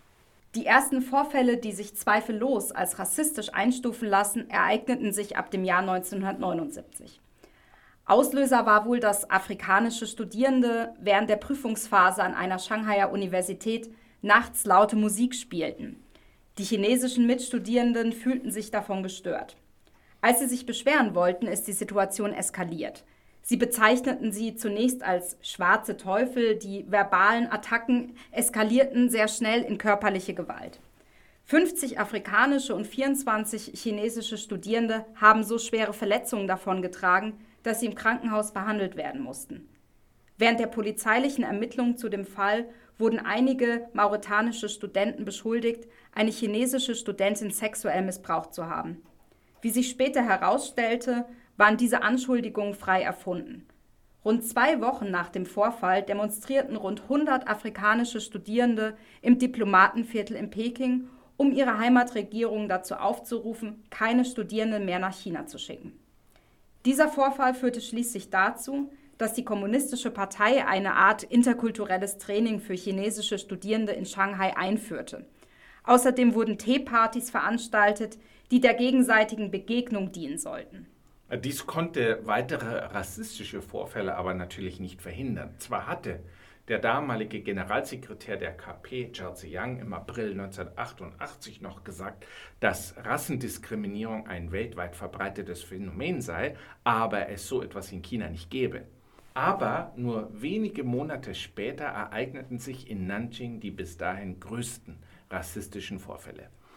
Die ersten Vorfälle, die sich zweifellos als rassistisch einstufen lassen, ereigneten sich ab dem Jahr neunzehnhundertneunundsiebzig. Auslöser war wohl, dass afrikanische Studierende während der Prüfungsphase an einer Shanghaier Universität nachts laute Musik spielten. Die chinesischen Mitstudierenden fühlten sich davon gestört. Als sie sich beschweren wollten, ist die Situation eskaliert. Sie bezeichneten sie zunächst als schwarze Teufel, die verbalen Attacken eskalierten sehr schnell in körperliche Gewalt. fünfzig afrikanische und vierundzwanzig chinesische Studierende haben so schwere Verletzungen davongetragen, dass sie im Krankenhaus behandelt werden mussten. Während der polizeilichen Ermittlungen zu dem Fall wurden einige mauretanische Studenten beschuldigt, eine chinesische Studentin sexuell missbraucht zu haben. Wie sich später herausstellte, waren diese Anschuldigungen frei erfunden. Rund zwei Wochen nach dem Vorfall demonstrierten rund hundert afrikanische Studierende im Diplomatenviertel in Peking, um ihre Heimatregierung dazu aufzurufen, keine Studierenden mehr nach China zu schicken. Dieser Vorfall führte schließlich dazu, dass die Kommunistische Partei eine Art interkulturelles Training für chinesische Studierende in Shanghai einführte. Außerdem wurden Teepartys veranstaltet, die der gegenseitigen Begegnung dienen sollten. Dies konnte weitere rassistische Vorfälle aber natürlich nicht verhindern. Zwar hatte der damalige Generalsekretär der K P, Zhao Ziyang, im April neunzehnhundertachtundachtzig noch gesagt, dass Rassendiskriminierung ein weltweit verbreitetes Phänomen sei, aber es so etwas in China nicht gäbe. Aber nur wenige Monate später ereigneten sich in Nanjing die bis dahin größten rassistischen Vorfälle.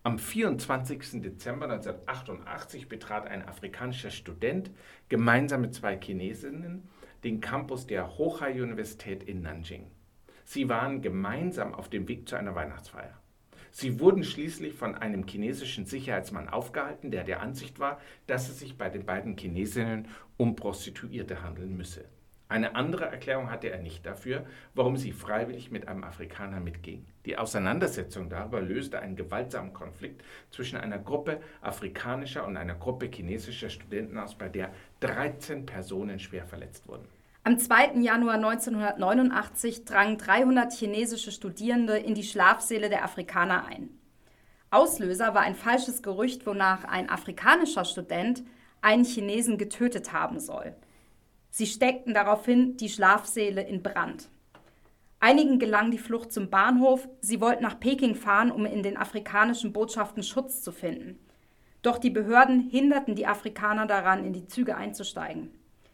Am vierundzwanzigsten Dezember neunzehnhundertachtundachtzig betrat ein afrikanischer Student gemeinsam mit zwei Chinesinnen den Campus der Hochai-Universität in Nanjing. Sie waren gemeinsam auf dem Weg zu einer Weihnachtsfeier. Sie wurden schließlich von einem chinesischen Sicherheitsmann aufgehalten, der der Ansicht war, dass es sich bei den beiden Chinesinnen um Prostituierte handeln müsse. Eine andere Erklärung hatte er nicht dafür, warum sie freiwillig mit einem Afrikaner mitging. Die Auseinandersetzung darüber löste einen gewaltsamen Konflikt zwischen einer Gruppe afrikanischer und einer Gruppe chinesischer Studenten aus, bei der dreizehn Personen schwer verletzt wurden. Am zweiten Januar neunzehnhundertneunundachtzig drangen dreihundert chinesische Studierende in die Schlafsäle der Afrikaner ein. Auslöser war ein falsches Gerücht, wonach ein afrikanischer Student einen Chinesen getötet haben soll. Sie steckten daraufhin die Schlafsäle in Brand. Einigen gelang die Flucht zum Bahnhof. Sie wollten nach Peking fahren, um in den afrikanischen Botschaften Schutz zu finden. Doch die Behörden hinderten die Afrikaner daran, in die Züge einzusteigen.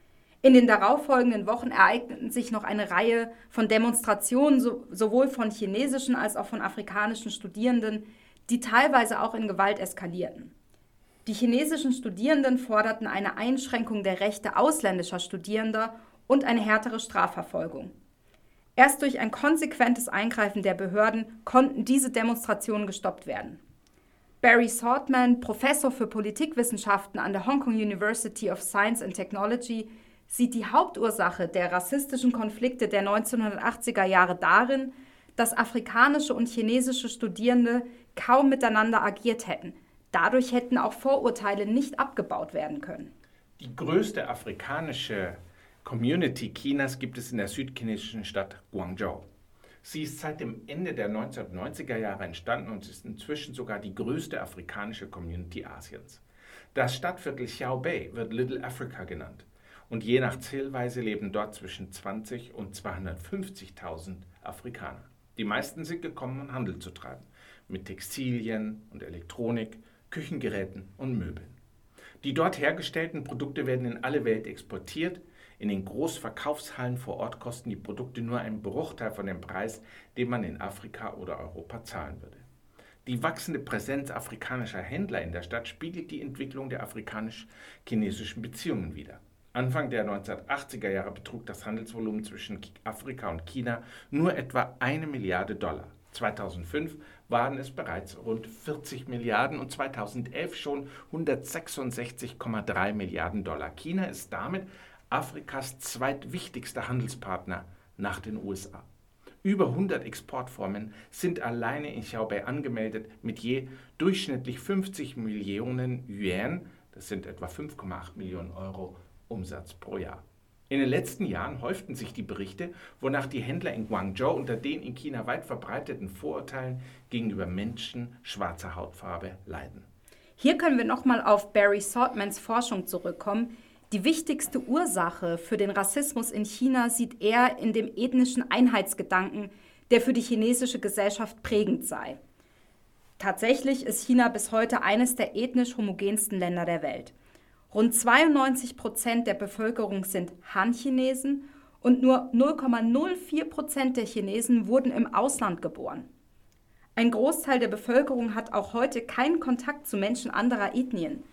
In den darauffolgenden Wochen ereigneten sich noch eine Reihe von Demonstrationen, so, sowohl von chinesischen als auch von afrikanischen Studierenden, die teilweise auch in Gewalt eskalierten. Die chinesischen Studierenden forderten eine Einschränkung der Rechte ausländischer Studierender und eine härtere Strafverfolgung. Erst durch ein konsequentes Eingreifen der Behörden konnten diese Demonstrationen gestoppt werden. Barry Saltman, Professor für Politikwissenschaften an der Hong Kong University of Science and Technology, sieht die Hauptursache der rassistischen Konflikte der neunzehnhundertachtziger Jahre darin, dass afrikanische und chinesische Studierende kaum miteinander agiert hätten. Dadurch hätten auch Vorurteile nicht abgebaut werden können. Die größte afrikanische Community Chinas gibt es in der südchinesischen Stadt Guangzhou. Sie ist seit dem Ende der neunzehnhundertneunziger Jahre entstanden und ist inzwischen sogar die größte afrikanische Community Asiens. Das Stadtviertel Xiaobei wird Little Africa genannt und je nach Zählweise leben dort zwischen zwanzig und zweihundertfünfzigtausend Afrikaner. Die meisten sind gekommen, um Handel zu treiben, mit Textilien und Elektronik, Küchengeräten und Möbeln. Die dort hergestellten Produkte werden in alle Welt exportiert. In den Großverkaufshallen vor Ort kosten die Produkte nur einen Bruchteil von dem Preis, den man in Afrika oder Europa zahlen würde. Die wachsende Präsenz afrikanischer Händler in der Stadt spiegelt die Entwicklung der afrikanisch-chinesischen Beziehungen wider. Anfang der neunzehnhundertachtziger Jahre betrug das Handelsvolumen zwischen Afrika und China nur etwa eine Milliarde Dollar. zweitausendfünf waren es bereits rund vierzig Milliarden und zweitausendelf schon hundertsechsundsechzig Komma drei Milliarden Dollar. China ist damit Afrikas zweitwichtigster Handelspartner nach den U S A. Über hundert Exportformen sind alleine in Xiaobei angemeldet mit je durchschnittlich fünfzig Millionen Yuan, das sind etwa fünf Komma acht Millionen Euro, Umsatz pro Jahr. In den letzten Jahren häuften sich die Berichte, wonach die Händler in Guangzhou unter den in China weit verbreiteten Vorurteilen gegenüber Menschen schwarzer Hautfarbe leiden. Hier können wir nochmal auf Barry Saltmans Forschung zurückkommen. Die wichtigste Ursache für den Rassismus in China sieht er in dem ethnischen Einheitsgedanken, der für die chinesische Gesellschaft prägend sei. Tatsächlich ist China bis heute eines der ethnisch homogensten Länder der Welt. Rund zweiundneunzig Prozent der Bevölkerung sind Han-Chinesen und nur null Komma null vier Prozent der Chinesen wurden im Ausland geboren. Ein Großteil der Bevölkerung hat auch heute keinen Kontakt zu Menschen anderer Ethnien.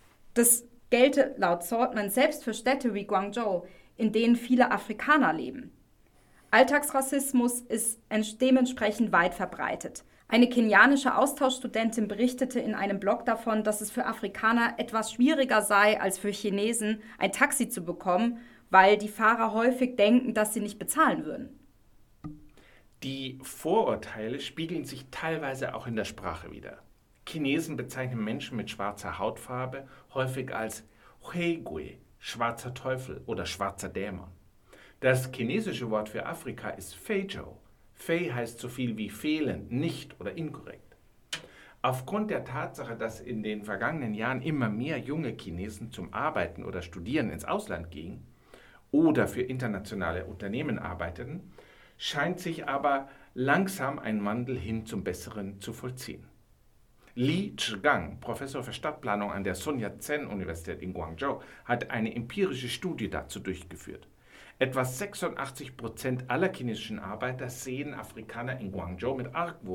Das gelte laut Saltman selbst für Städte wie Guangzhou, in denen viele Afrikaner leben. Alltagsrassismus ist dementsprechend weit verbreitet. Eine kenianische Austauschstudentin berichtete in einem Blog davon, dass es für Afrikaner etwas schwieriger sei, als für Chinesen ein Taxi zu bekommen, weil die Fahrer häufig denken, dass sie nicht bezahlen würden. Die Vorurteile spiegeln sich teilweise auch in der Sprache wider. Chinesen bezeichnen Menschen mit schwarzer Hautfarbe häufig als Huigui, schwarzer Teufel oder schwarzer Dämon. Das chinesische Wort für Afrika ist Feizhou. Fei heißt so viel wie fehlend, nicht oder inkorrekt. Aufgrund der Tatsache, dass in den vergangenen Jahren immer mehr junge Chinesen zum Arbeiten oder Studieren ins Ausland gingen oder für internationale Unternehmen arbeiteten, scheint sich aber langsam ein Wandel hin zum Besseren zu vollziehen. Li Zhigang, Professor für Stadtplanung an der Sun Yat-sen-Universität in Guangzhou, hat eine empirische Studie dazu durchgeführt. Etwa sechsundachtzig Prozent aller chinesischen Arbeiter sehen Afrikaner in Guangzhou mit Argwohn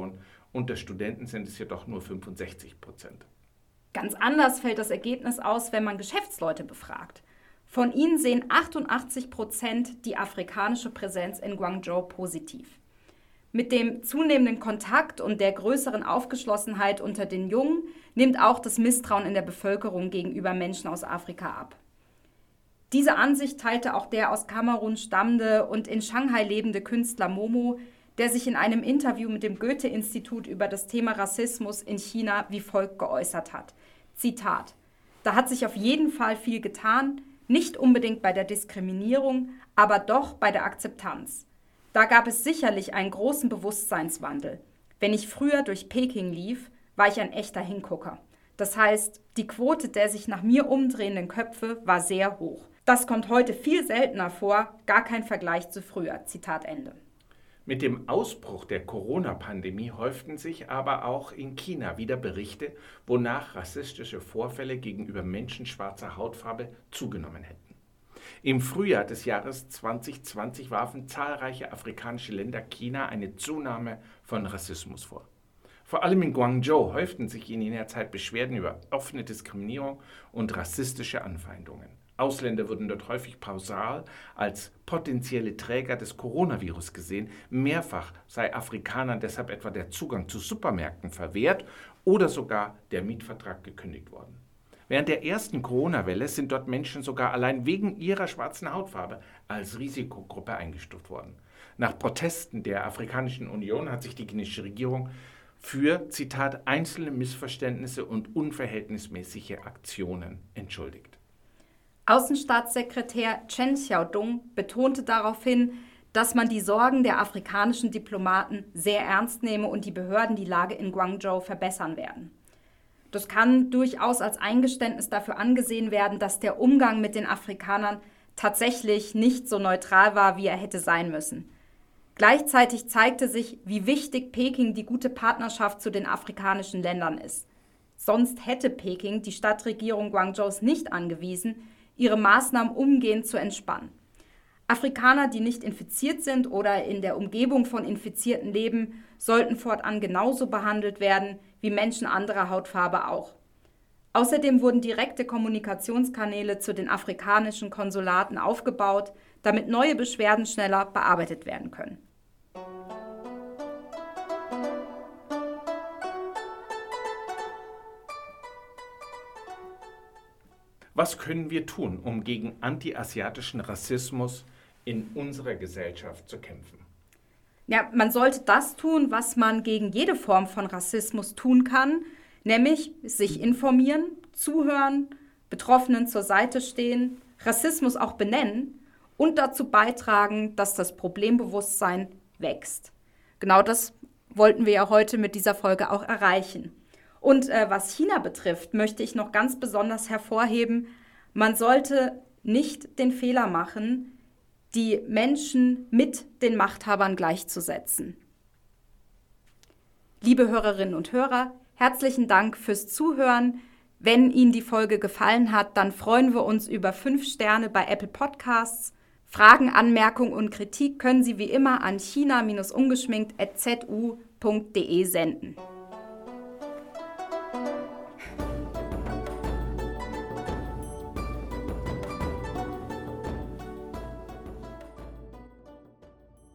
Unter Studenten sind es jedoch nur fünfundsechzig Prozent. Ganz anders fällt das Ergebnis aus, wenn man Geschäftsleute befragt. Von ihnen sehen achtundachtzig Prozent die afrikanische Präsenz in Guangzhou positiv. Mit dem zunehmenden Kontakt und der größeren Aufgeschlossenheit unter den Jungen nimmt auch das Misstrauen in der Bevölkerung gegenüber Menschen aus Afrika ab. Diese Ansicht teilte auch der aus Kamerun stammende und in Shanghai lebende Künstler Momo, der sich in einem Interview mit dem Goethe-Institut über das Thema Rassismus in China wie folgt geäußert hat. Zitat: Da hat sich auf jeden Fall viel getan, nicht unbedingt bei der Diskriminierung, aber doch bei der Akzeptanz. Da gab es sicherlich einen großen Bewusstseinswandel. Wenn ich früher durch Peking lief, war ich ein echter Hingucker. Das heißt, die Quote der sich nach mir umdrehenden Köpfe war sehr hoch. Das kommt heute viel seltener vor, gar kein Vergleich zu früher. Zitat Ende. Mit dem Ausbruch der Corona-Pandemie häuften sich aber auch in China wieder Berichte, wonach rassistische Vorfälle gegenüber Menschen schwarzer Hautfarbe zugenommen hätten. Im Frühjahr des Jahres zwanzig zwanzig warfen zahlreiche afrikanische Länder China eine Zunahme von Rassismus vor. Vor allem in Guangzhou häuften sich in jener Zeit Beschwerden über offene Diskriminierung und rassistische Anfeindungen. Ausländer wurden dort häufig pauschal als potenzielle Träger des Coronavirus gesehen. Mehrfach sei Afrikanern deshalb etwa der Zugang zu Supermärkten verwehrt oder sogar der Mietvertrag gekündigt worden. Während der ersten Corona-Welle sind dort Menschen sogar allein wegen ihrer schwarzen Hautfarbe als Risikogruppe eingestuft worden. Nach Protesten der Afrikanischen Union hat sich die chinesische Regierung für, Zitat, einzelne Missverständnisse und unverhältnismäßige Aktionen entschuldigt. Außenstaatssekretär Chen Xiaodong betonte daraufhin, dass man die Sorgen der afrikanischen Diplomaten sehr ernst nehme und die Behörden die Lage in Guangzhou verbessern werden. Das kann durchaus als Eingeständnis dafür angesehen werden, dass der Umgang mit den Afrikanern tatsächlich nicht so neutral war, wie er hätte sein müssen. Gleichzeitig zeigte sich, wie wichtig Peking die gute Partnerschaft zu den afrikanischen Ländern ist. Sonst hätte Peking die Stadtregierung Guangzhous nicht angewiesen, ihre Maßnahmen umgehend zu entspannen. Afrikaner, die nicht infiziert sind oder in der Umgebung von Infizierten leben, sollten fortan genauso behandelt werden wie Menschen anderer Hautfarbe auch. Außerdem wurden direkte Kommunikationskanäle zu den afrikanischen Konsulaten aufgebaut, damit neue Beschwerden schneller bearbeitet werden können. Was können wir tun, um gegen antiasiatischen Rassismus in unserer Gesellschaft zu kämpfen? Ja, man sollte das tun, was man gegen jede Form von Rassismus tun kann, nämlich sich informieren, zuhören, Betroffenen zur Seite stehen, Rassismus auch benennen und dazu beitragen, dass das Problembewusstsein wächst. Genau das wollten wir ja heute mit dieser Folge auch erreichen. Und äh, was China betrifft, möchte ich noch ganz besonders hervorheben, man sollte nicht den Fehler machen, die Menschen mit den Machthabern gleichzusetzen. Liebe Hörerinnen und Hörer, herzlichen Dank fürs Zuhören. Wenn Ihnen die Folge gefallen hat, dann freuen wir uns über fünf Sterne bei Apple Podcasts. Fragen, Anmerkungen und Kritik können Sie wie immer an china ungeschminkt at z u punkt de senden.